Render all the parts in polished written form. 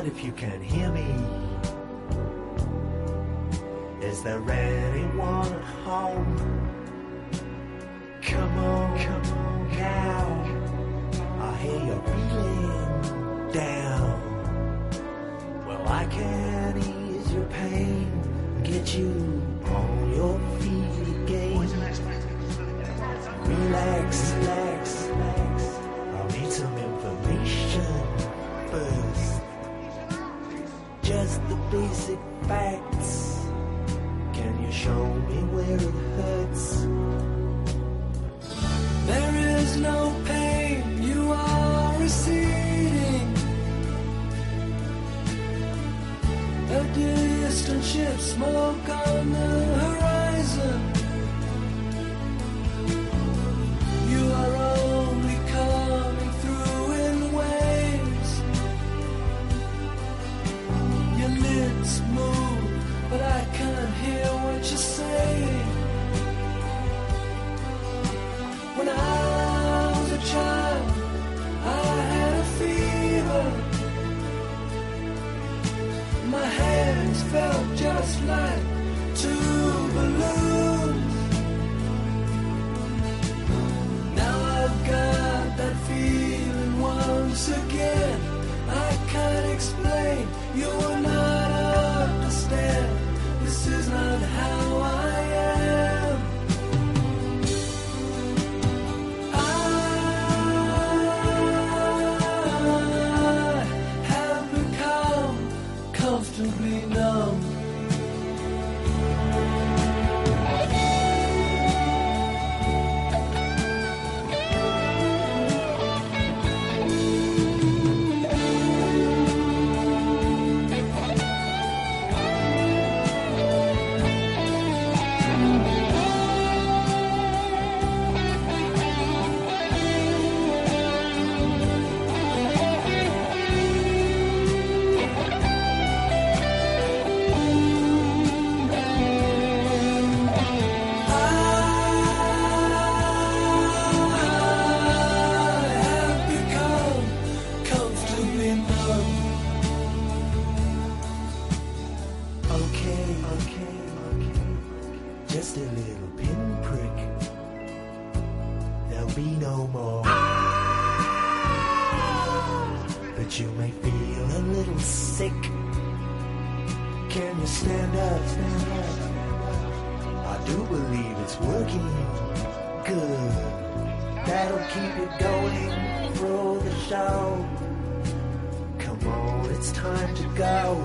out if you can hear me. Is there anyone at home? Come on now. I hear you're feeling down. Well, I can ease your pain, get you on your feet again. Relax. I'll need some information first. Just the basic facts. Can you show me where it hurts? There is no pain, you are receding. A distant ship, smoke on the horizon. You are only coming through in waves. Your lips move, but I can't hear what you're saying. When I was a child, I had a fever. My hands felt just like two balloons. Now I've got that feeling once again. I can't explain, you will not understand. This is not how I am. I have become comfortably numb. Just a little pinprick. There'll be no more. But you may feel a little sick. Can you stand up? I do believe it's working. Good. That'll keep you going through the show. Come on, it's time to go.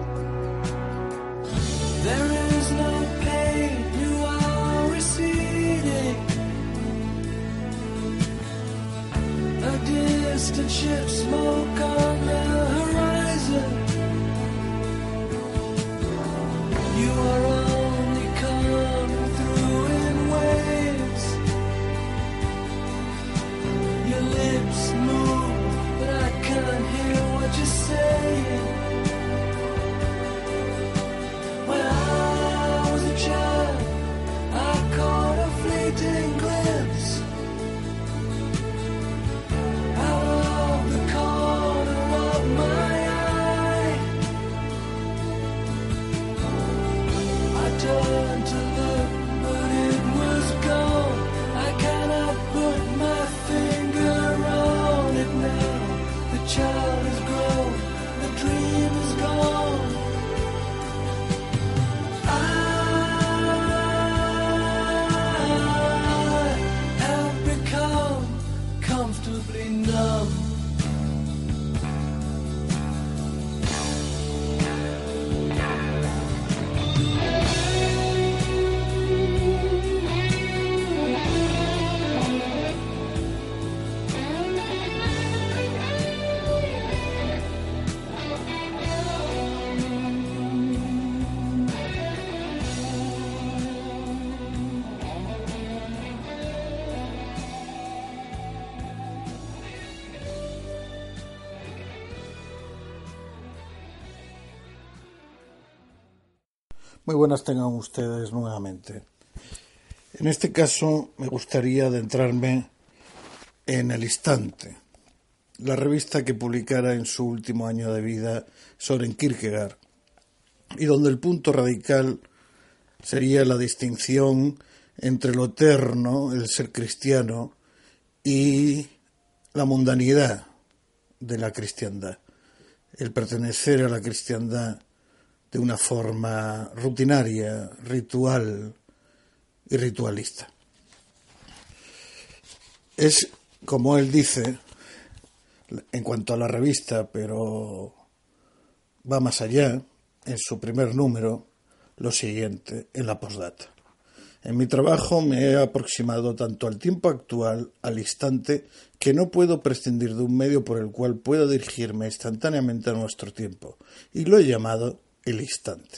There is no pain, you are receding. A distant ship, smoke on the horizon. You are only coming through in waves. Your lips move, but I can't hear what you're saying. When I was a child, I caught a fleeting glimpse out of the corner of my eye. I turned to look, but it was gone. I cannot put my finger on it now. The child has grown, the dream is gone. I have become comfortably numb. Muy buenas tengan ustedes nuevamente. En este caso me gustaría adentrarme en el instante, la revista que publicara en su último año de vida Søren Kierkegaard, y donde el punto radical sería la distinción entre lo eterno, el ser cristiano, y la mundanidad de la cristiandad, el pertenecer a la cristiandad de una forma rutinaria, ritual y ritualista. Es, como él dice, en cuanto a la revista, pero va más allá, en su primer número, lo siguiente, en la postdata. En mi trabajo me he aproximado tanto al tiempo actual, al instante, que no puedo prescindir de un medio por el cual pueda dirigirme instantáneamente a nuestro tiempo, y lo he llamado el instante.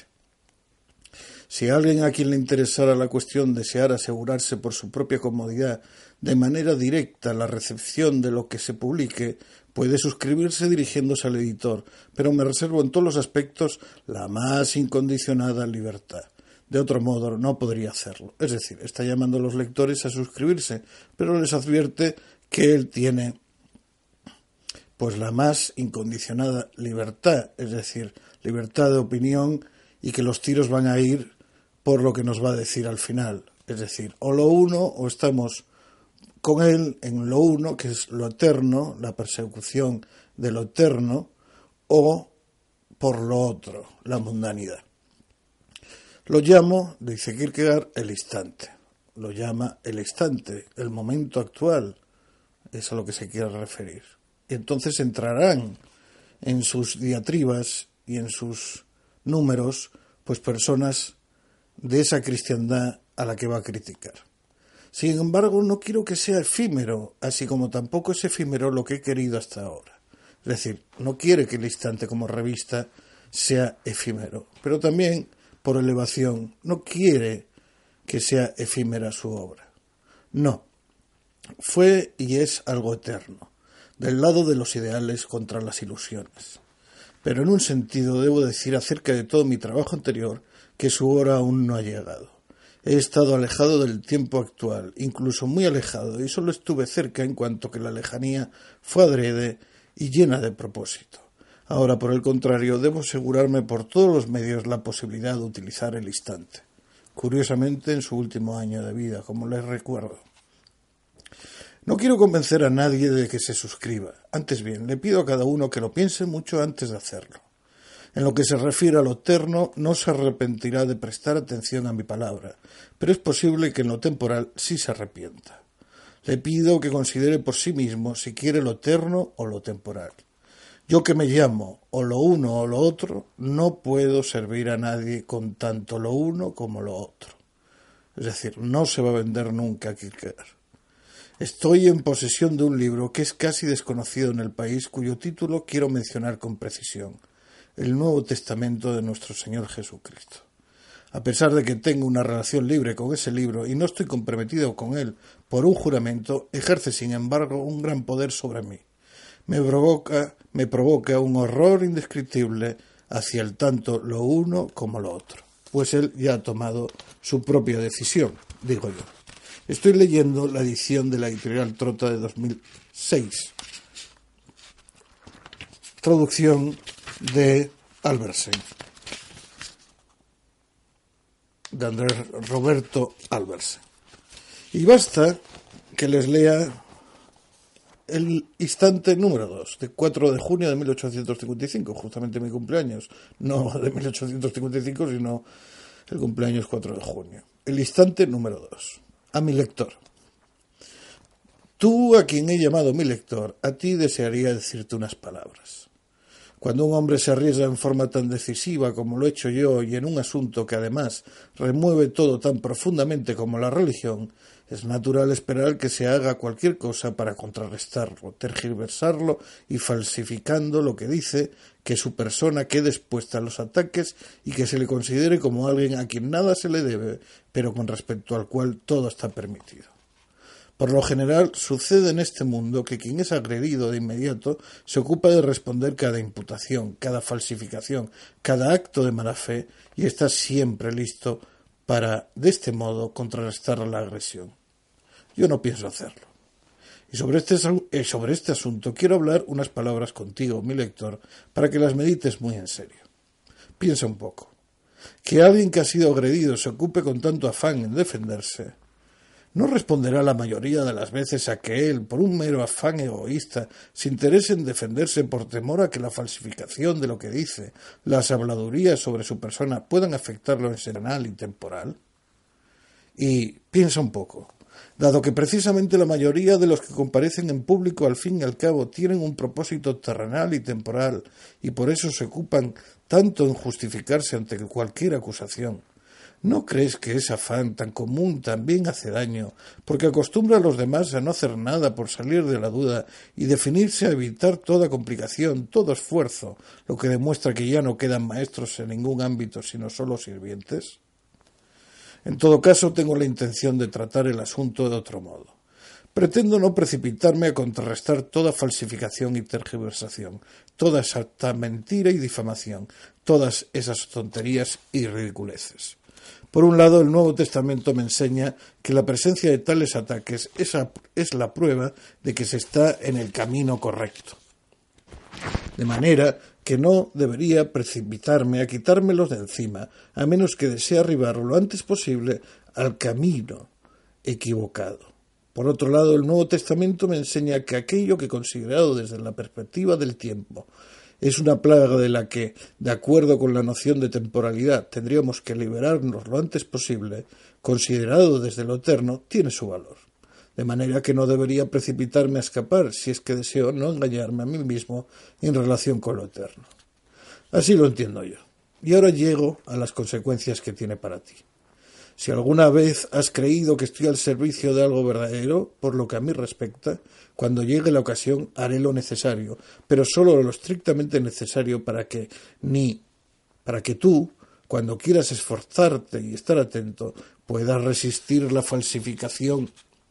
Si alguien a quien le interesara la cuestión deseara asegurarse por su propia comodidad de manera directa la recepción de lo que se publique, puede suscribirse dirigiéndose al editor, pero me reservo en todos los aspectos la más incondicionada libertad. De otro modo no podría hacerlo. Es decir, está llamando a los lectores a suscribirse, pero les advierte que él tiene pues la más incondicionada libertad, es decir, libertad de opinión, y que los tiros van a ir por lo que nos va a decir al final. Es decir, o lo uno, o estamos con él en lo uno, que es lo eterno, la persecución de lo eterno, o por lo otro, la mundanidad. Lo llamo, dice Kierkegaard, el instante. Lo llama el instante, el momento actual. Es a lo que se quiere referir. Y entonces entrarán en sus diatribas y en sus números, pues personas de esa cristiandad a la que va a criticar. Sin embargo, no quiero que sea efímero, así como tampoco es efímero lo que he querido hasta ahora. Es decir, no quiere que el instante como revista sea efímero, pero también, por elevación, no quiere que sea efímera su obra. No, fue y es algo eterno, del lado de los ideales contra las ilusiones. Pero en un sentido debo decir acerca de todo mi trabajo anterior que su hora aún no ha llegado. He estado alejado del tiempo actual, incluso muy alejado, y solo estuve cerca en cuanto que la lejanía fue adrede y llena de propósito. Ahora, por el contrario, debo asegurarme por todos los medios la posibilidad de utilizar el instante. Curiosamente, en su último año de vida, como les recuerdo. No quiero convencer a nadie de que se suscriba. Antes bien, le pido a cada uno que lo piense mucho antes de hacerlo. En lo que se refiere a lo eterno, no se arrepentirá de prestar atención a mi palabra, pero es posible que en lo temporal sí se arrepienta. Le pido que considere por sí mismo si quiere lo eterno o lo temporal. Yo que me llamo o lo uno o lo otro, no puedo servir a nadie con tanto lo uno como lo otro. Es decir, no se va a vender nunca a Kierkegaard. Estoy en posesión de un libro que es casi desconocido en el país, cuyo título quiero mencionar con precisión: El Nuevo Testamento de nuestro Señor Jesucristo. A pesar de que tengo una relación libre con ese libro y no estoy comprometido con él por un juramento, ejerce sin embargo un gran poder sobre mí. Me provoca un horror indescriptible hacia el tanto lo uno como lo otro, pues él ya ha tomado su propia decisión, digo yo. Estoy leyendo la edición de la editorial Trota de 2006, traducción de Albersen, de Andrés Roberto Albersen. Y basta que les lea el instante número 2, de 4 de junio de 1855, justamente mi cumpleaños, no de 1855, sino el cumpleaños 4 de junio. El instante número 2. A mi lector. Tú, a quien he llamado mi lector, a ti desearía decirte unas palabras. Cuando un hombre se arriesga en forma tan decisiva como lo he hecho yo, y en un asunto que además remueve todo tan profundamente como la religión, es natural esperar que se haga cualquier cosa para contrarrestarlo, tergiversarlo y falsificando lo que dice, que su persona quede expuesta a los ataques y que se le considere como alguien a quien nada se le debe, pero con respecto al cual todo está permitido. Por lo general, sucede en este mundo que quien es agredido de inmediato se ocupa de responder cada imputación, cada falsificación, cada acto de mala fe, y está siempre listo para, de este modo, contrarrestar la agresión. Yo no pienso hacerlo. Y sobre este asunto quiero hablar unas palabras contigo, mi lector, para que las medites muy en serio. Piensa un poco. Que alguien que ha sido agredido se ocupe con tanto afán en defenderse, no responderá la mayoría de las veces a que él, por un mero afán egoísta, se interese en defenderse por temor a que la falsificación de lo que dice, las habladurías sobre su persona puedan afectarlo en semanal y temporal. Y piensa un poco. Dado que precisamente la mayoría de los que comparecen en público al fin y al cabo tienen un propósito terrenal y temporal y por eso se ocupan tanto en justificarse ante cualquier acusación, ¿no crees que ese afán tan común también hace daño, porque acostumbra a los demás a no hacer nada por salir de la duda y definirse a evitar toda complicación, todo esfuerzo, lo que demuestra que ya no quedan maestros en ningún ámbito sino solo sirvientes? En todo caso, tengo la intención de tratar el asunto de otro modo. Pretendo no precipitarme a contrarrestar toda falsificación y tergiversación, toda exacta mentira y difamación, todas esas tonterías y ridiculeces. Por un lado, el Nuevo Testamento me enseña que la presencia de tales ataques es la prueba de que se está en el camino correcto. De manera que no debería precipitarme a quitármelos de encima, a menos que desee arribar lo antes posible al camino equivocado. Por otro lado, el Nuevo Testamento me enseña que aquello que considerado desde la perspectiva del tiempo es una plaga de la que, de acuerdo con la noción de temporalidad, tendríamos que liberarnos lo antes posible, considerado desde lo eterno, tiene su valor. De manera que no debería precipitarme a escapar si es que deseo no engañarme a mí mismo en relación con lo eterno. Así lo entiendo yo. Y ahora llego a las consecuencias que tiene para ti. Si alguna vez has creído que estoy al servicio de algo verdadero, por lo que a mí respecta, cuando llegue la ocasión haré lo necesario, pero solo lo estrictamente necesario para que tú, cuando quieras esforzarte y estar atento, puedas resistir la falsificación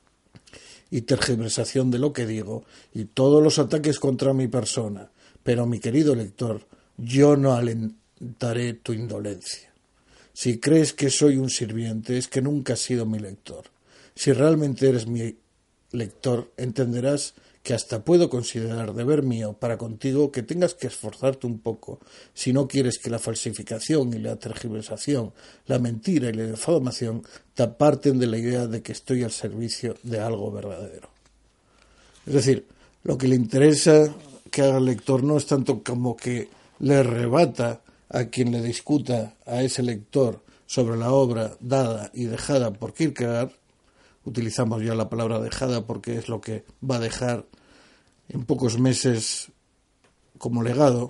y tergiversación de lo que digo y todos los ataques contra mi persona. Pero, mi querido lector, yo no alentaré tu indolencia. Si crees que soy un sirviente, es que nunca has sido mi lector. Si realmente eres mi lector, entenderás que hasta puedo considerar deber mío para contigo que tengas que esforzarte un poco si no quieres que la falsificación y la tergiversación, la mentira y la difamación te aparten de la idea de que estoy al servicio de algo verdadero. Es decir, lo que le interesa que haga el lector no es tanto como que le rebata a quien le discuta a ese lector sobre la obra dada y dejada por Kierkegaard. Utilizamos ya la palabra dejada porque es lo que va a dejar en pocos meses como legado,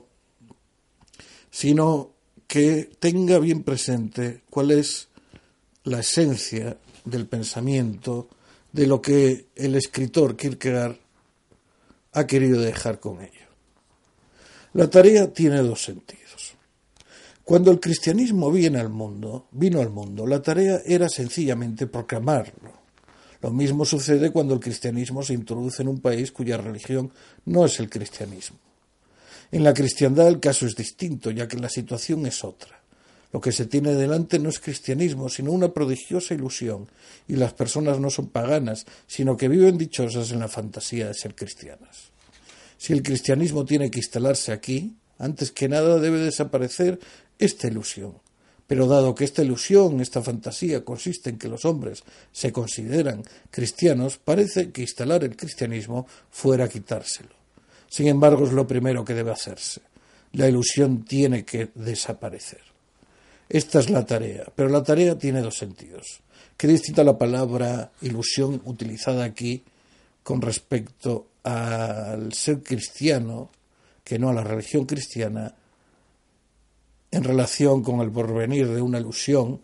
sino que tenga bien presente cuál es la esencia del pensamiento de lo que el escritor Kierkegaard ha querido dejar con ello. La tarea tiene dos sentidos. Cuando el cristianismo vino al mundo, la tarea era sencillamente proclamarlo. Lo mismo sucede cuando el cristianismo se introduce en un país cuya religión no es el cristianismo. En la cristiandad el caso es distinto, ya que la situación es otra. Lo que se tiene delante no es cristianismo, sino una prodigiosa ilusión, y las personas no son paganas, sino que viven dichosas en la fantasía de ser cristianas. Si el cristianismo tiene que instalarse aquí, antes que nada debe desaparecer esta ilusión. Pero dado que esta ilusión, esta fantasía, consiste en que los hombres se consideran cristianos, parece que instalar el cristianismo fuera quitárselo. Sin embargo, es lo primero que debe hacerse. La ilusión tiene que desaparecer. Esta es la tarea, pero la tarea tiene dos sentidos. Qué distinta la palabra ilusión utilizada aquí con respecto al ser cristiano, que no a la religión cristiana, en relación con el porvenir de una ilusión,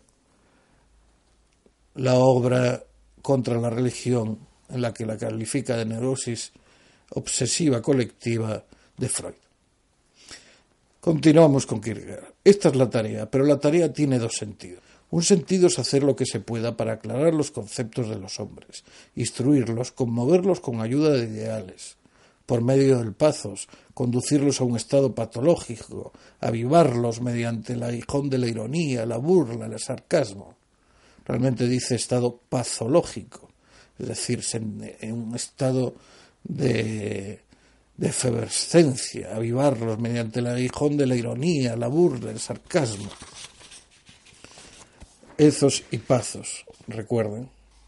la obra contra la religión, en la que la califica de neurosis obsesiva colectiva de Freud. Continuamos con Kierkegaard. Esta es la tarea, pero la tarea tiene dos sentidos. Un sentido es hacer lo que se pueda para aclarar los conceptos de los hombres, instruirlos, conmoverlos con ayuda de ideales, por medio del pathos, conducirlos a un estado patológico, avivarlos mediante el aguijón de la ironía, la burla, el sarcasmo. Realmente dice estado patológico, es es decir, en un estado de efervescencia, avivarlos mediante el aguijón de la ironía, la burla, el sarcasmo. Ezos y Pazos, recuerden.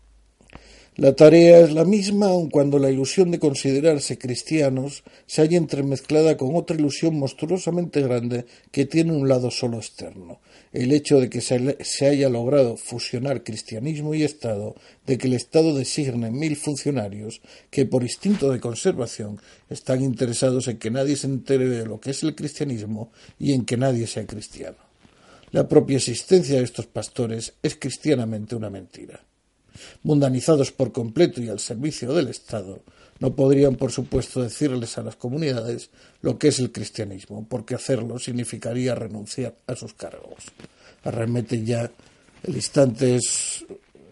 La tarea es la misma, aun cuando la ilusión de considerarse cristianos se halla entremezclada con otra ilusión monstruosamente grande que tiene un lado solo externo, el hecho de que se haya logrado fusionar cristianismo y Estado, de que el Estado designe 1000 funcionarios que por instinto de conservación están interesados en que nadie se entere de lo que es el cristianismo y en que nadie sea cristiano. La propia existencia de estos pastores es cristianamente una mentira. Mundanizados por completo y al servicio del Estado, no podrían, por supuesto, decirles a las comunidades lo que es el cristianismo, porque hacerlo significaría renunciar a sus cargos. Arremete ya, el instante es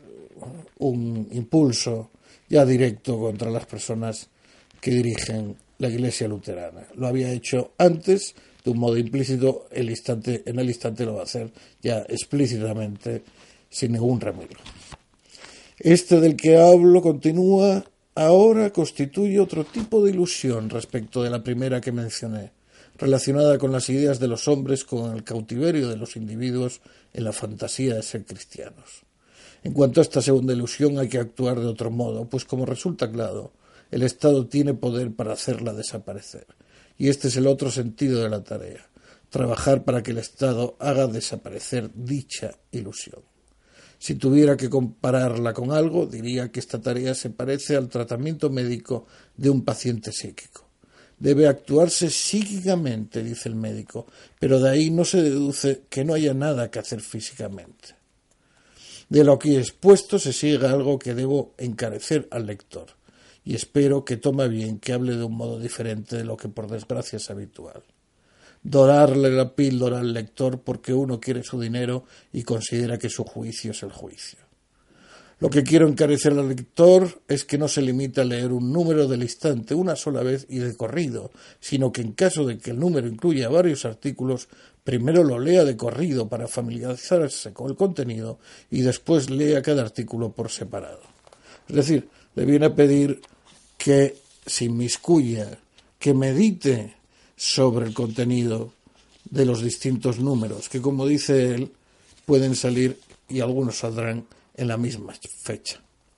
un impulso ya directo contra las personas que dirigen la Iglesia luterana. Lo había hecho antes de un modo implícito, en el instante lo va a hacer ya explícitamente, sin ningún remilgo. Este del que hablo, continúa, ahora constituye otro tipo de ilusión respecto de la primera que mencioné, relacionada con las ideas de los hombres, con el cautiverio de los individuos en la fantasía de ser cristianos. En cuanto a esta segunda ilusión hay que actuar de otro modo, pues como resulta claro, el Estado tiene poder para hacerla desaparecer. Y este es el otro sentido de la tarea, trabajar para que el Estado haga desaparecer dicha ilusión. Si tuviera que compararla con algo, diría que esta tarea se parece al tratamiento médico de un paciente psíquico. Debe actuarse psíquicamente, dice el médico, pero de ahí no se deduce que no haya nada que hacer físicamente. De lo aquí expuesto se sigue algo que debo encarecer al lector, y espero que tome bien que hable de un modo diferente de lo que por desgracia es habitual. Dorarle la píldora al lector porque uno quiere su dinero y considera que su juicio es el juicio. Lo que quiero encarecer al lector es que no se limite a leer un número del instante una sola vez y de corrido, sino que en caso de que el número incluya varios artículos, primero lo lea de corrido para familiarizarse con el contenido y después lea cada artículo por separado. Es decir, le viene a pedir que se inmiscuya, que medite sobre el contenido de los distintos números, que como dice él, pueden salir y algunos saldrán en la misma fecha.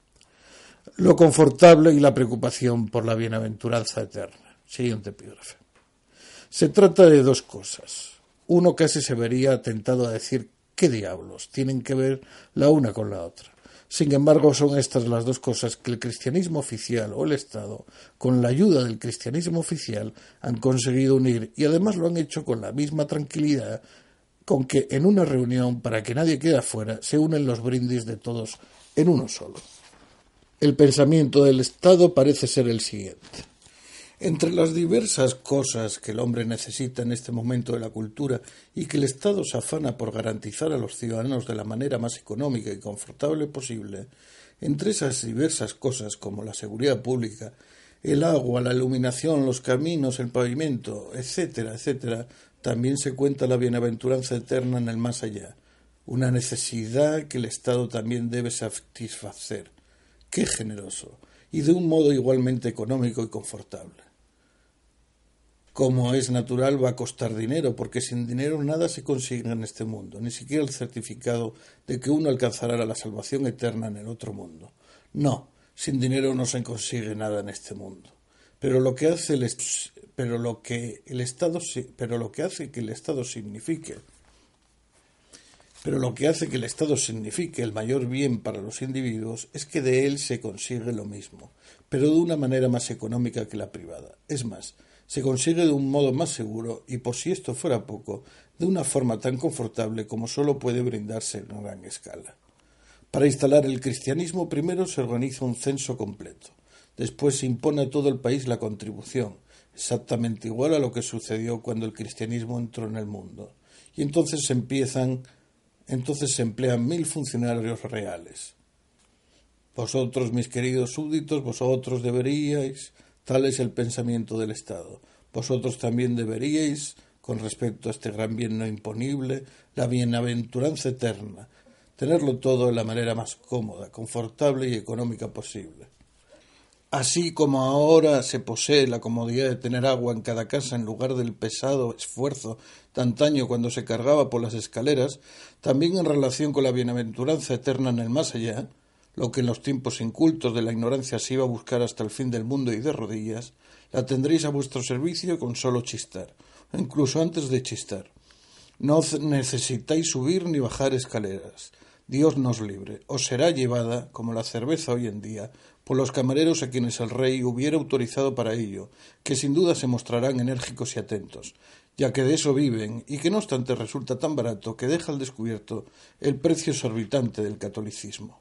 Lo confortable y la preocupación por la bienaventuranza eterna. Siguiente epígrafe. Se trata de dos cosas. Uno casi se vería tentado a decir ¿qué diablos tienen que ver la una con la otra? Sin embargo, son estas las dos cosas que el cristianismo oficial o el Estado, con la ayuda del cristianismo oficial, han conseguido unir y además lo han hecho con la misma tranquilidad con que en una reunión, para que nadie quede afuera, se unen los brindis de todos en uno solo. El pensamiento del Estado parece ser el siguiente. Entre las diversas cosas que el hombre necesita en este momento de la cultura y que el Estado se afana por garantizar a los ciudadanos de la manera más económica y confortable posible, entre esas diversas cosas como la seguridad pública, el agua, la iluminación, los caminos, el pavimento, etcétera, etcétera, también se cuenta la bienaventuranza eterna en el más allá, una necesidad que el Estado también debe satisfacer. ¡Qué generoso! Y de un modo igualmente económico y confortable. Como es natural, va a costar dinero, porque sin dinero nada se consigue en este mundo, ni siquiera el certificado de que uno alcanzará la salvación eterna en el otro mundo. No, sin dinero no se consigue nada en este mundo. Pero lo que hace que el Estado signifique el mayor bien para los individuos es que de él se consigue lo mismo, pero de una manera más económica que la privada. Es más, se consigue de un modo más seguro y, por si esto fuera poco, de una forma tan confortable como solo puede brindarse en gran escala. Para instalar el cristianismo primero se organiza un censo completo. Después se impone a todo el país la contribución, exactamente igual a lo que sucedió cuando el cristianismo entró en el mundo. Y entonces se emplean 1000 funcionarios reales. Vosotros, mis queridos súbditos, vosotros deberíais, tal es el pensamiento del Estado, vosotros también deberíais, con respecto a este gran bien no imponible, la bienaventuranza eterna, tenerlo todo de la manera más cómoda, confortable y económica posible. Así como ahora se posee la comodidad de tener agua en cada casa en lugar del pesado esfuerzo de antaño cuando se cargaba por las escaleras, también en relación con la bienaventuranza eterna en el más allá, lo que en los tiempos incultos de la ignorancia se iba a buscar hasta el fin del mundo y de rodillas, la tendréis a vuestro servicio con solo chistar, o incluso antes de chistar. No necesitáis subir ni bajar escaleras. Dios nos libre. Os será llevada, como la cerveza hoy en día, por los camareros a quienes el rey hubiera autorizado para ello, que sin duda se mostrarán enérgicos y atentos, ya que de eso viven, y que no obstante resulta tan barato que deja al descubierto el precio exorbitante del catolicismo.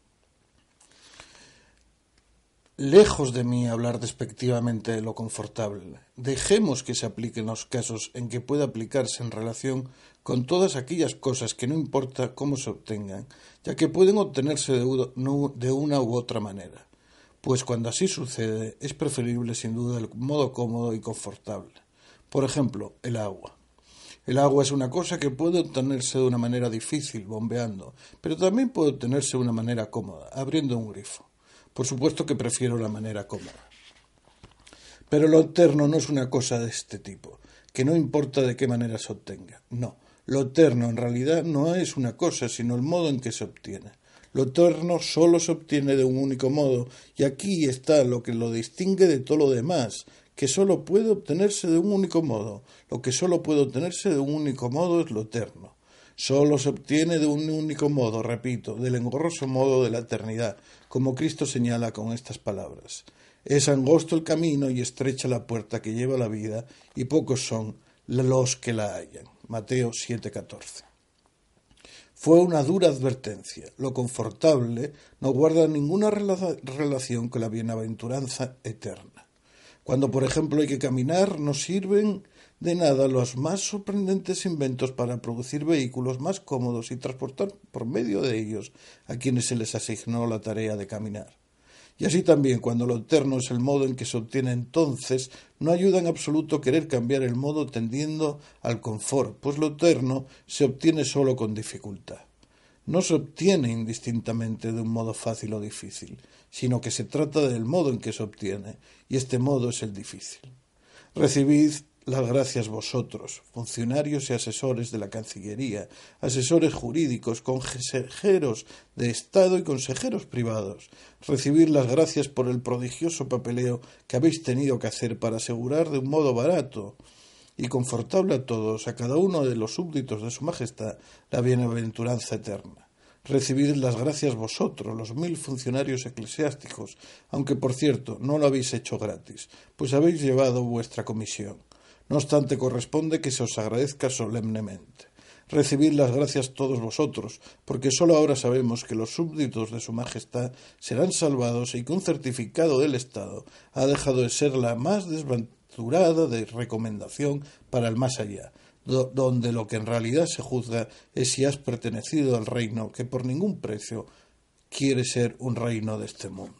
Lejos de mí hablar despectivamente de lo confortable, dejemos que se apliquen los casos en que pueda aplicarse en relación con todas aquellas cosas que no importa cómo se obtengan, ya que pueden obtenerse de una u otra manera, pues cuando así sucede es preferible sin duda el modo cómodo y confortable. Por ejemplo, el agua. El agua es una cosa que puede obtenerse de una manera difícil, bombeando, pero también puede obtenerse de una manera cómoda, abriendo un grifo. Por supuesto que prefiero la manera cómoda. Pero lo eterno no es una cosa de este tipo, que no importa de qué manera se obtenga. No, lo eterno en realidad no es una cosa, sino el modo en que se obtiene. Lo eterno solo se obtiene de un único modo, y aquí está lo que lo distingue de todo lo demás, que solo puede obtenerse de un único modo. Lo que solo puede obtenerse de un único modo es lo eterno. Solo se obtiene de un único modo, repito, del engorroso modo de la eternidad, como Cristo señala con estas palabras. Es angosto el camino y estrecha la puerta que lleva a la vida, y pocos son los que la hallan. Mateo 7:14. Fue una dura advertencia. Lo confortable no guarda ninguna relación con la bienaventuranza eterna. Cuando, por ejemplo, hay que caminar, no sirven de nada los más sorprendentes inventos para producir vehículos más cómodos y transportar por medio de ellos a quienes se les asignó la tarea de caminar. Y así también, cuando lo eterno es el modo en que se obtiene entonces, no ayuda en absoluto querer cambiar el modo tendiendo al confort, pues lo eterno se obtiene solo con dificultad. No se obtiene indistintamente de un modo fácil o difícil, sino que se trata del modo en que se obtiene, y este modo es el difícil. Recibid las gracias vosotros, funcionarios y asesores de la Cancillería, asesores jurídicos, consejeros de Estado y consejeros privados. Recibid las gracias por el prodigioso papeleo que habéis tenido que hacer para asegurar de un modo barato y confortable a todos, a cada uno de los súbditos de su Majestad, la bienaventuranza eterna. Recibid las gracias vosotros, los 1000 funcionarios eclesiásticos, aunque por cierto no lo habéis hecho gratis, pues habéis llevado vuestra comisión. No obstante, corresponde que se os agradezca solemnemente. Recibid las gracias todos vosotros, porque sólo ahora sabemos que los súbditos de su Majestad serán salvados y que un certificado del Estado ha dejado de ser la más desventurada de recomendación para el más allá, donde lo que en realidad se juzga es si has pertenecido al reino que por ningún precio quiere ser un reino de este mundo.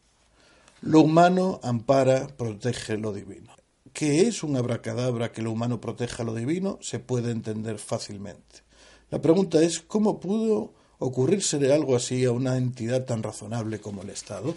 Lo humano ampara, protege lo divino. ¿Qué es un abracadabra que lo humano proteja lo divino? Se puede entender fácilmente. La pregunta es, ¿cómo pudo ocurrírsele algo así a una entidad tan razonable como el Estado?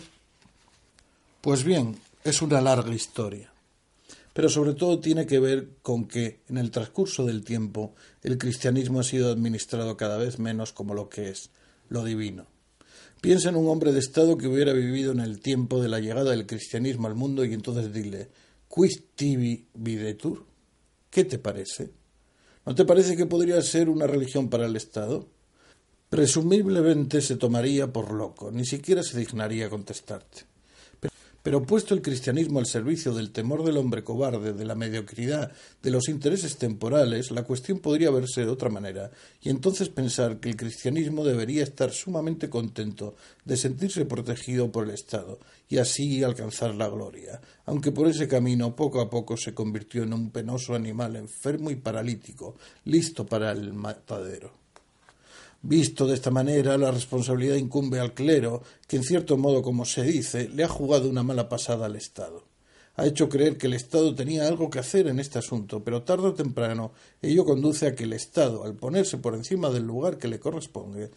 Pues bien, es una larga historia, pero sobre todo tiene que ver con que, en el transcurso del tiempo, el cristianismo ha sido administrado cada vez menos como lo que es, lo divino. Piensa en un hombre de Estado que hubiera vivido en el tiempo de la llegada del cristianismo al mundo y entonces dile: «Quis tibi videtur?» ¿Qué te parece? ¿No te parece que podría ser una religión para el Estado? Presumiblemente se tomaría por loco, ni siquiera se dignaría contestarte. Pero puesto el cristianismo al servicio del temor del hombre cobarde, de la mediocridad, de los intereses temporales, la cuestión podría verse de otra manera, y entonces pensar que el cristianismo debería estar sumamente contento de sentirse protegido por el Estado, y así alcanzar la gloria, aunque por ese camino poco a poco se convirtió en un penoso animal enfermo y paralítico, listo para el matadero. Visto de esta manera, la responsabilidad incumbe al clero, que en cierto modo, como se dice, le ha jugado una mala pasada al Estado. Ha hecho creer que el Estado tenía algo que hacer en este asunto, pero tarde o temprano ello conduce a que el Estado, al ponerse por encima del lugar que le corresponde,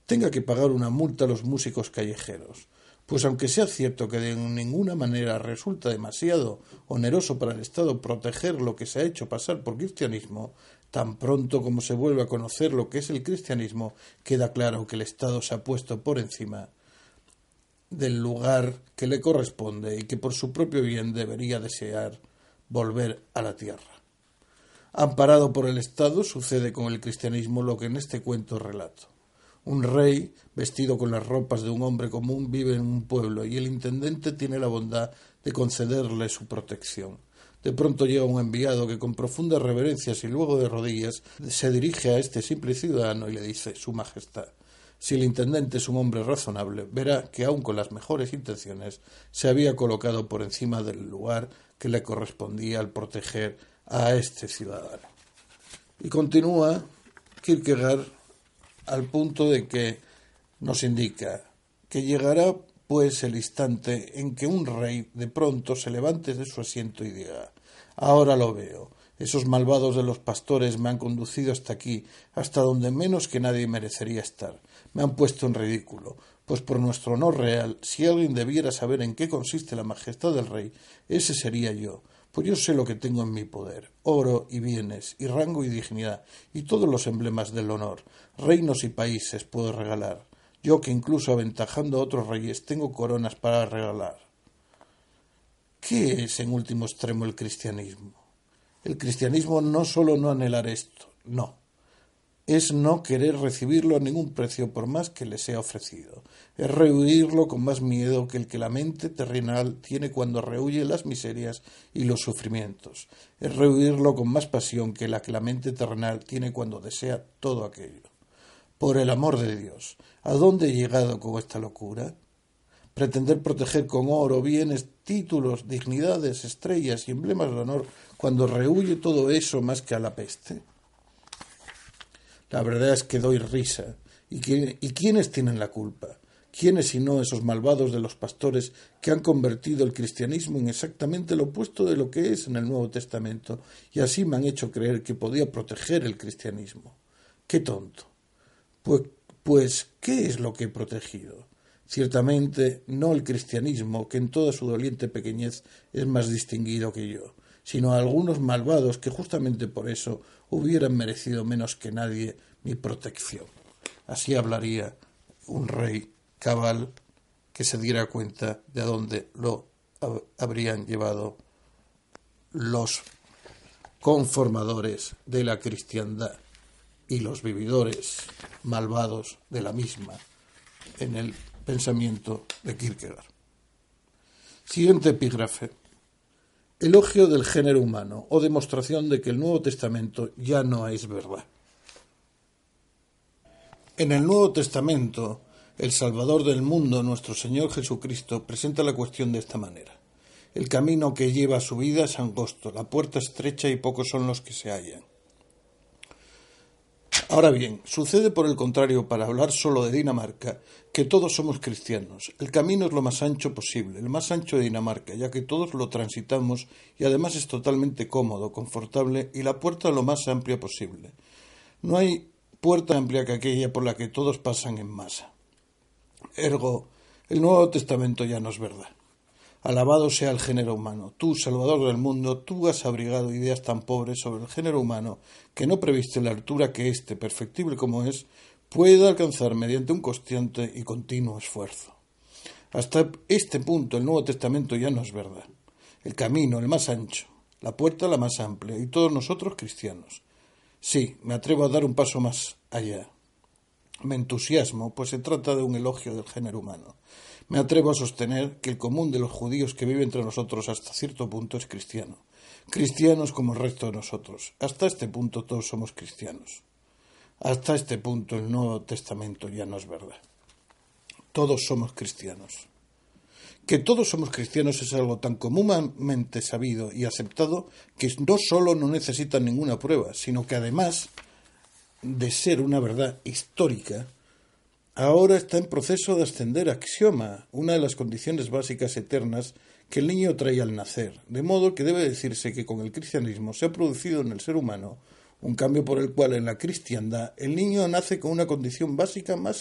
tenga que pagar una multa a los músicos callejeros. Pues aunque sea cierto que de ninguna manera resulta demasiado oneroso para el Estado proteger lo que se ha hecho pasar por cristianismo, tan pronto como se vuelve a conocer lo que es el cristianismo, queda claro que el Estado se ha puesto por encima del lugar que le corresponde y que por su propio bien debería desear volver a la tierra. Amparado por el Estado, sucede con el cristianismo lo que en este cuento relato. Un rey, vestido con las ropas de un hombre común, vive en un pueblo y el intendente tiene la bondad de concederle su protección. De pronto llega un enviado que con profundas reverencias y luego de rodillas se dirige a este simple ciudadano y le dice: Su Majestad, si el intendente es un hombre razonable, verá que aun con las mejores intenciones se había colocado por encima del lugar que le correspondía al proteger a este ciudadano. Y continúa Kierkegaard al punto de que nos indica que llegará pues el instante en que un rey de pronto se levante de su asiento y diga: ahora lo veo, esos malvados de los pastores me han conducido hasta aquí, hasta donde menos que nadie merecería estar, me han puesto en ridículo, pues por nuestro honor real, si alguien debiera saber en qué consiste la majestad del rey, ese sería yo. Pues yo sé lo que tengo en mi poder: oro y bienes, y rango y dignidad, y todos los emblemas del honor, reinos y países puedo regalar. Yo que incluso aventajando a otros reyes tengo coronas para regalar. ¿Qué es en último extremo el cristianismo? El cristianismo no solo no anhelar esto, no. Es no querer recibirlo a ningún precio por más que le sea ofrecido. Es rehuirlo con más miedo que el que la mente terrenal tiene cuando rehuye las miserias y los sufrimientos. Es rehuirlo con más pasión que la mente terrenal tiene cuando desea todo aquello. Por el amor de Dios, ¿a dónde he llegado con esta locura? Pretender proteger con oro, bienes, títulos, dignidades, estrellas y emblemas de honor cuando rehuye todo eso más que a la peste. La verdad es que doy risa. ¿Y quiénes tienen la culpa? ¿Quiénes sino esos malvados de los pastores que han convertido el cristianismo en exactamente lo opuesto de lo que es en el Nuevo Testamento y así me han hecho creer que podía proteger el cristianismo? ¡Qué tonto! Pues, ¿qué es lo que he protegido? Ciertamente no el cristianismo, que en toda su doliente pequeñez es más distinguido que yo, sino a algunos malvados que justamente por eso hubieran merecido menos que nadie mi protección. Así hablaría un rey cabal que se diera cuenta de a dónde lo habrían llevado los conformadores de la cristiandad y los vividores malvados de la misma en el pensamiento de Kierkegaard. Siguiente epígrafe. Elogio del género humano o demostración de que el Nuevo Testamento ya no es verdad. En el Nuevo Testamento, el Salvador del mundo, nuestro Señor Jesucristo, presenta la cuestión de esta manera: el camino que lleva a su vida es angosto, la puerta estrecha y pocos son los que se hallan. Ahora bien, sucede por el contrario, para hablar solo de Dinamarca, que todos somos cristianos. El camino es lo más ancho posible, el más ancho de Dinamarca, ya que todos lo transitamos y además es totalmente cómodo, confortable, y la puerta lo más amplia posible. No hay puerta amplia que aquella por la que todos pasan en masa. Ergo, el Nuevo Testamento ya no es verdad. Alabado sea el género humano. Tú, Salvador del mundo, tú has abrigado ideas tan pobres sobre el género humano que no previste la altura que éste, perfectible como es, puede alcanzar mediante un constante y continuo esfuerzo. Hasta este punto el Nuevo Testamento ya no es verdad. El camino, el más ancho, la puerta la más amplia, y todos nosotros cristianos. Sí, me atrevo a dar un paso más allá. Me entusiasmo, pues se trata de un elogio del género humano. Me atrevo a sostener que el común de los judíos que vive entre nosotros hasta cierto punto es cristiano. Cristianos como el resto de nosotros. Hasta este punto todos somos cristianos. Hasta este punto el Nuevo Testamento ya no es verdad. Todos somos cristianos. Que todos somos cristianos es algo tan comúnmente sabido y aceptado que no solo no necesita ninguna prueba, sino que además de ser una verdad histórica, ahora está en proceso de ascender a axioma, una de las condiciones básicas eternas que el niño trae al nacer, de modo que debe decirse que con el cristianismo se ha producido en el ser humano un cambio por el cual en la cristiandad el niño nace con una condición básica más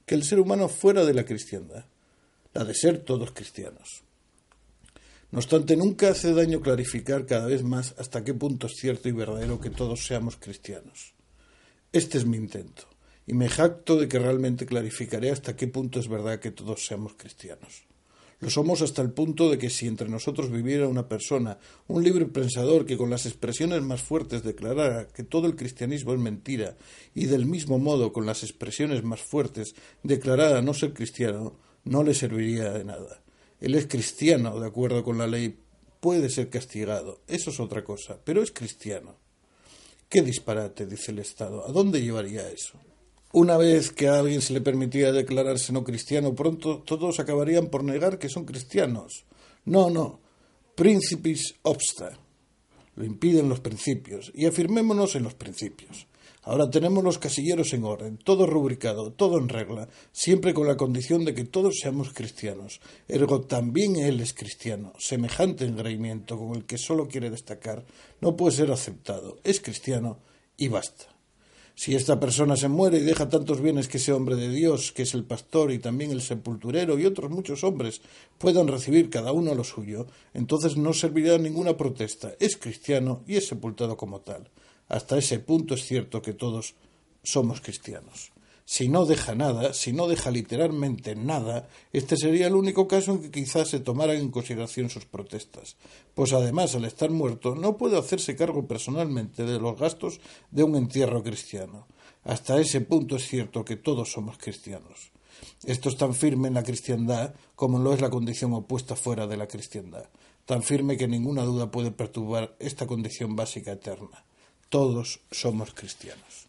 que el ser humano fuera de la cristiandad, la de ser todos cristianos. No obstante, nunca hace daño clarificar cada vez más hasta qué punto es cierto y verdadero que todos seamos cristianos. Este es mi intento, y me jacto de que realmente clarificaré hasta qué punto es verdad que todos seamos cristianos. Lo somos hasta el punto de que si entre nosotros viviera una persona, un libre pensador que con las expresiones más fuertes declarara que todo el cristianismo es mentira, y del mismo modo con las expresiones más fuertes declarara no ser cristiano, no le serviría de nada. Él es cristiano, de acuerdo con la ley, puede ser castigado, eso es otra cosa, pero es cristiano. ¡Qué disparate!, dice el Estado. ¿A dónde llevaría eso? Una vez que a alguien se le permitiera declararse no cristiano, pronto todos acabarían por negar que son cristianos. No, principis obsta. Lo impiden los principios, y afirmémonos en los principios. Ahora tenemos los casilleros en orden, todo rubricado, todo en regla, siempre con la condición de que todos seamos cristianos. Ergo también él es cristiano. Semejante engreimiento con el que solo quiere destacar no puede ser aceptado. Es cristiano y basta. Si esta persona se muere y deja tantos bienes que ese hombre de Dios, que es el pastor y también el sepulturero y otros muchos hombres puedan recibir cada uno lo suyo, entonces no servirá ninguna protesta. Es cristiano y es sepultado como tal. Hasta ese punto es cierto que todos somos cristianos. Si no deja nada, si no deja literalmente nada, este sería el único caso en que quizás se tomaran en consideración sus protestas, pues además al estar muerto no puede hacerse cargo personalmente de los gastos de un entierro cristiano. Hasta ese punto es cierto que todos somos cristianos. Esto es tan firme en la cristiandad como lo es la condición opuesta fuera de la cristiandad, tan firme que ninguna duda puede perturbar esta condición básica eterna. Todos somos cristianos.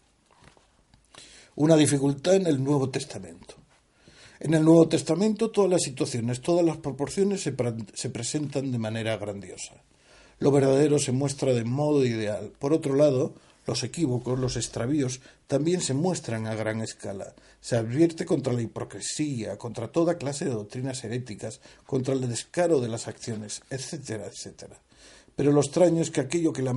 Una dificultad en el Nuevo Testamento. En el Nuevo Testamento todas las situaciones, todas las proporciones se presentan de manera grandiosa. Lo verdadero se muestra de modo ideal. Por otro lado, los equívocos, los extravíos, también se muestran a gran escala. Se advierte contra la hipocresía, contra toda clase de doctrinas heréticas, contra el descaro de las acciones, etcétera, etcétera. Pero lo extraño es que aquello que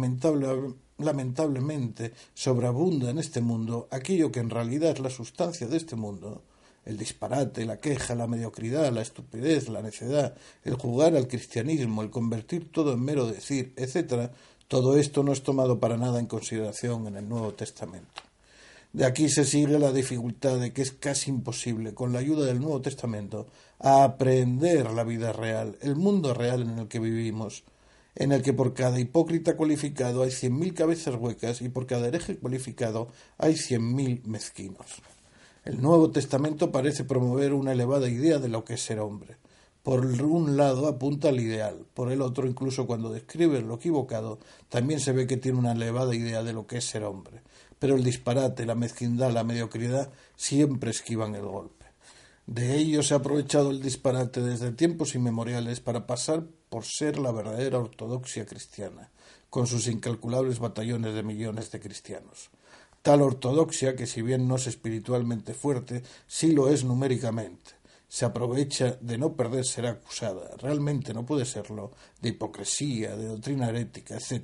lamentablemente sobreabunda en este mundo, aquello que en realidad es la sustancia de este mundo, el disparate, la queja, la mediocridad, la estupidez, la necedad, el jugar al cristianismo, el convertir todo en mero decir, etc., todo esto no es tomado para nada en consideración en el Nuevo Testamento. De aquí se sigue la dificultad de que es casi imposible, con la ayuda del Nuevo Testamento, aprender la vida real, el mundo real en el que vivimos, en el que por cada hipócrita cualificado hay 100.000 cabezas huecas y por cada hereje cualificado hay 100.000 mezquinos. El Nuevo Testamento parece promover una elevada idea de lo que es ser hombre. Por un lado apunta al ideal, por el otro, incluso cuando describe lo equivocado, también se ve que tiene una elevada idea de lo que es ser hombre. Pero el disparate, la mezquindad, la mediocridad siempre esquivan el golpe. De ello se ha aprovechado el disparate desde tiempos inmemoriales para pasar por ser la verdadera ortodoxia cristiana, con sus incalculables batallones de millones de cristianos. Tal ortodoxia que, si bien no es espiritualmente fuerte, sí lo es numéricamente. Se aprovecha de no perder ser acusada, realmente no puede serlo, de hipocresía, de doctrina herética, etc.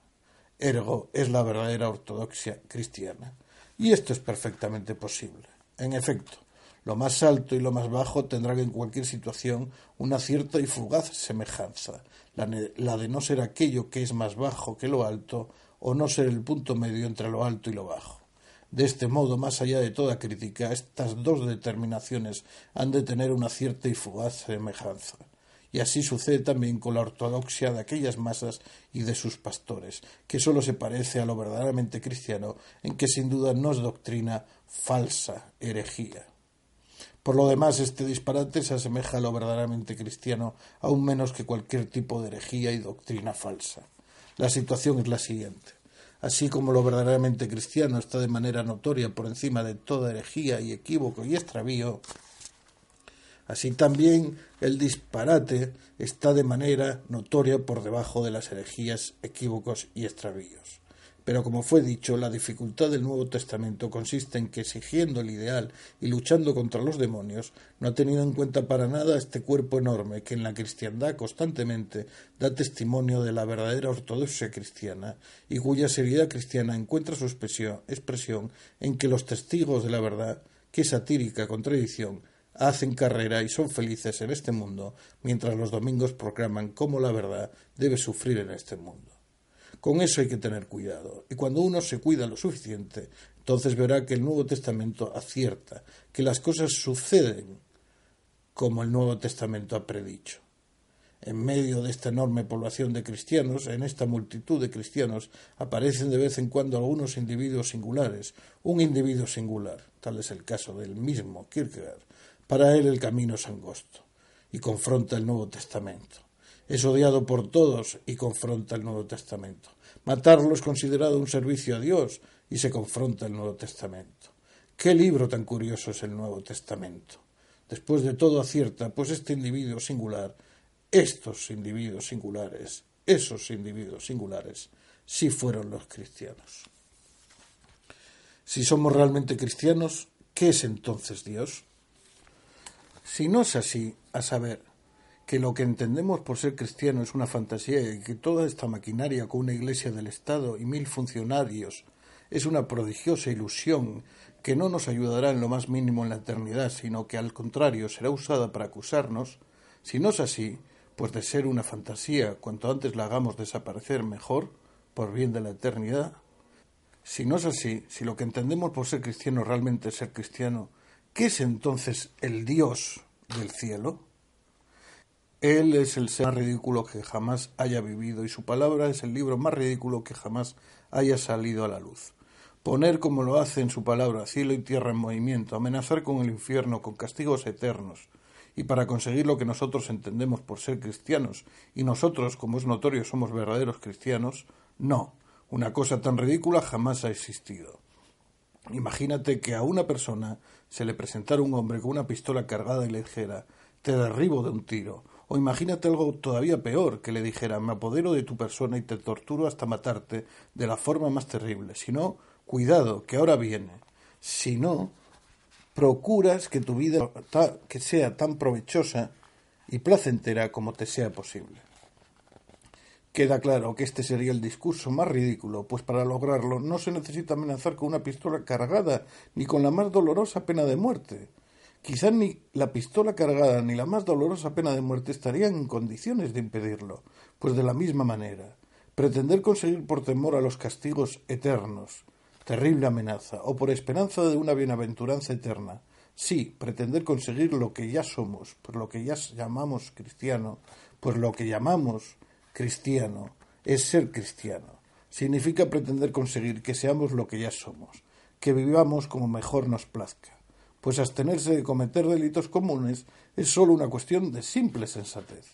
Ergo, es la verdadera ortodoxia cristiana. Y esto es perfectamente posible. En efecto, lo más alto y lo más bajo tendrán en cualquier situación una cierta y fugaz semejanza, la de no ser aquello que es más bajo que lo alto o no ser el punto medio entre lo alto y lo bajo. De este modo, más allá de toda crítica, estas dos determinaciones han de tener una cierta y fugaz semejanza. Y así sucede también con la ortodoxia de aquellas masas y de sus pastores, que sólo se parece a lo verdaderamente cristiano, en que sin duda no es doctrina falsa, herejía. Por lo demás, este disparate se asemeja a lo verdaderamente cristiano, aún menos que cualquier tipo de herejía y doctrina falsa. La situación es la siguiente. Así como lo verdaderamente cristiano está de manera notoria por encima de toda herejía y equívoco y extravío, así también el disparate está de manera notoria por debajo de las herejías, equívocos y extravíos. Pero como fue dicho, la dificultad del Nuevo Testamento consiste en que, exigiendo el ideal y luchando contra los demonios, no ha tenido en cuenta para nada este cuerpo enorme que en la cristiandad constantemente da testimonio de la verdadera ortodoxia cristiana y cuya seriedad cristiana encuentra su expresión en que los testigos de la verdad, qué satírica contradicción, hacen carrera y son felices en este mundo, mientras los domingos proclaman cómo la verdad debe sufrir en este mundo. Con eso hay que tener cuidado, y cuando uno se cuida lo suficiente, entonces verá que el Nuevo Testamento acierta, que las cosas suceden como el Nuevo Testamento ha predicho. En medio de esta enorme población de cristianos, en esta multitud de cristianos, aparecen de vez en cuando algunos individuos singulares, un individuo singular, tal es el caso del mismo Kierkegaard. Para él el camino es angosto, y confronta el Nuevo Testamento. Es odiado por todos y confronta el Nuevo Testamento. Matarlo es considerado un servicio a Dios y se confronta el Nuevo Testamento. ¿Qué libro tan curioso es el Nuevo Testamento? Después de todo acierta, pues este individuo singular, estos individuos singulares, esos individuos singulares, sí fueron los cristianos. Si somos realmente cristianos, ¿qué es entonces Dios? Si no es así, a saber, que lo que entendemos por ser cristiano es una fantasía y que toda esta maquinaria con una iglesia del Estado y 1000 funcionarios es una prodigiosa ilusión que no nos ayudará en lo más mínimo en la eternidad, sino que al contrario será usada para acusarnos, si no es así, pues de ser una fantasía, cuanto antes la hagamos desaparecer mejor, por bien de la eternidad. Si no es así, si lo que entendemos por ser cristiano realmente es ser cristiano, ¿qué es entonces el Dios del cielo? Él es el ser más ridículo que jamás haya vivido y su palabra es el libro más ridículo que jamás haya salido a la luz. Poner como lo hace en su palabra cielo y tierra en movimiento, amenazar con el infierno, con castigos eternos, y para conseguir lo que nosotros entendemos por ser cristianos, y nosotros, como es notorio, somos verdaderos cristianos, no, una cosa tan ridícula jamás ha existido. Imagínate que a una persona se le presentara un hombre con una pistola cargada y le dijera, te derribo de un tiro. O imagínate algo todavía peor, que le dijera, me apodero de tu persona y te torturo hasta matarte de la forma más terrible. Si no, cuidado, que ahora viene. Si no, procuras que tu vida que sea tan provechosa y placentera como te sea posible. Queda claro que este sería el discurso más ridículo, pues para lograrlo no se necesita amenazar con una pistola cargada, ni con la más dolorosa pena de muerte. Quizás ni la pistola cargada ni la más dolorosa pena de muerte estarían en condiciones de impedirlo, pues de la misma manera, pretender conseguir por temor a los castigos eternos, terrible amenaza, o por esperanza de una bienaventuranza eterna, sí, pretender conseguir lo que ya somos, pues lo que ya llamamos cristiano, pues lo que llamamos cristiano es ser cristiano. Significa pretender conseguir que seamos lo que ya somos, que vivamos como mejor nos plazca. Pues abstenerse de cometer delitos comunes es sólo una cuestión de simple sensatez.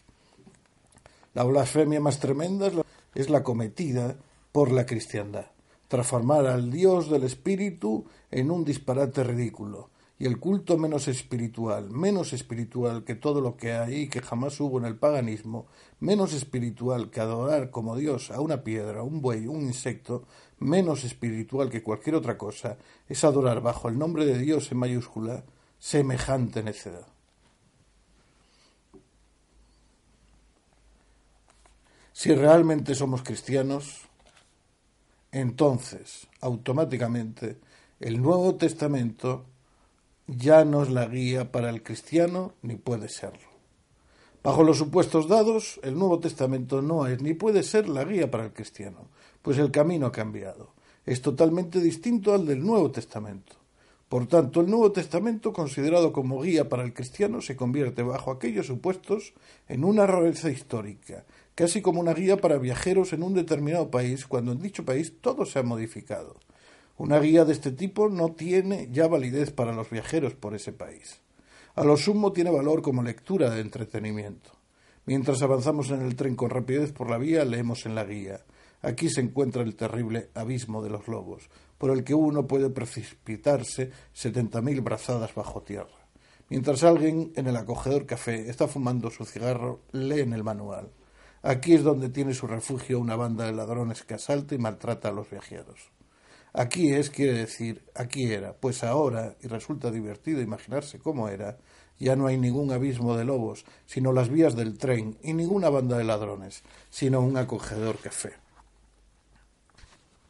La blasfemia más tremenda es la cometida por la cristiandad, transformar al Dios del Espíritu en un disparate ridículo, y el culto menos espiritual que todo lo que hay y que jamás hubo en el paganismo, menos espiritual que adorar como Dios a una piedra, un buey, un insecto, menos espiritual que cualquier otra cosa, es adorar bajo el nombre de Dios en mayúscula semejante necedad. Si realmente somos cristianos, entonces, automáticamente, el Nuevo Testamento ya no es la guía para el cristiano ni puede serlo. Bajo los supuestos dados, el Nuevo Testamento no es ni puede ser la guía para el cristiano, pues el camino ha cambiado. Es totalmente distinto al del Nuevo Testamento. Por tanto, el Nuevo Testamento, considerado como guía para el cristiano, se convierte bajo aquellos supuestos en una rareza histórica, casi como una guía para viajeros en un determinado país, cuando en dicho país todo se ha modificado. Una guía de este tipo no tiene ya validez para los viajeros por ese país. A lo sumo tiene valor como lectura de entretenimiento. Mientras avanzamos en el tren con rapidez por la vía, leemos en la guía. Aquí se encuentra el terrible abismo de los lobos, por el que uno puede precipitarse 70.000 brazadas bajo tierra. Mientras alguien en el acogedor café está fumando su cigarro, lee en el manual. Aquí es donde tiene su refugio una banda de ladrones que asalta y maltrata a los viajeros. Aquí es, quiere decir, aquí era, pues ahora, y resulta divertido imaginarse cómo era, ya no hay ningún abismo de lobos, sino las vías del tren, y ninguna banda de ladrones, sino un acogedor café.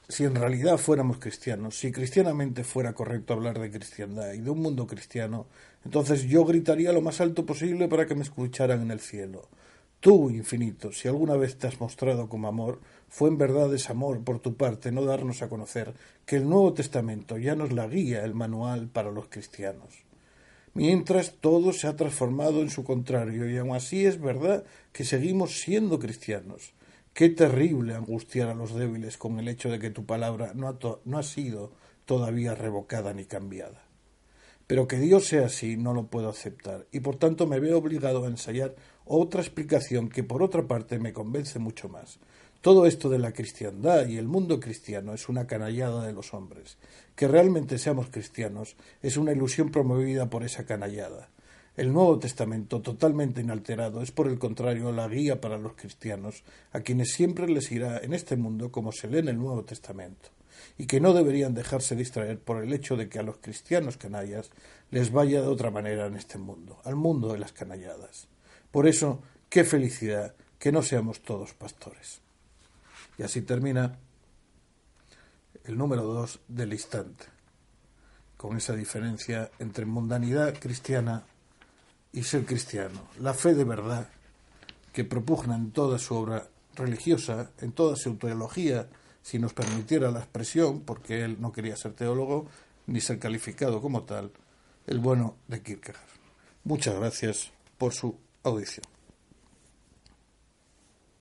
si en realidad fuéramos cristianos, si cristianamente fuera correcto hablar de cristiandad y de un mundo cristiano, entonces yo gritaría lo más alto posible para que me escucharan en el cielo. Tú, infinito, si alguna vez te has mostrado como amor, fue en verdad desamor por tu parte no darnos a conocer que el Nuevo Testamento ya nos la guía, el manual para los cristianos. Mientras todo se ha transformado en su contrario, y aun así es verdad que seguimos siendo cristianos. Qué terrible angustiar a los débiles con el hecho de que tu palabra no ha sido todavía revocada ni cambiada. Pero que Dios sea así no lo puedo aceptar, y por tanto me veo obligado a ensayar otra explicación que por otra parte me convence mucho más. Todo esto de la cristiandad y el mundo cristiano es una canallada de los hombres. Que realmente seamos cristianos es una ilusión promovida por esa canallada. El Nuevo Testamento, totalmente inalterado, es por el contrario la guía para los cristianos, a quienes siempre les irá en este mundo como se lee en el Nuevo Testamento, y que no deberían dejarse distraer por el hecho de que a los cristianos canallas les vaya de otra manera en este mundo, al mundo de las canalladas. Por eso, qué felicidad que no seamos todos pastores. Y así termina el número 2 del instante, con esa diferencia entre mundanidad cristiana y ser cristiano, la fe de verdad que propugna en toda su obra religiosa, en toda su teología, si nos permitiera la expresión, porque él no quería ser teólogo ni ser calificado como tal, el bueno de Kierkegaard. Muchas gracias por su audición.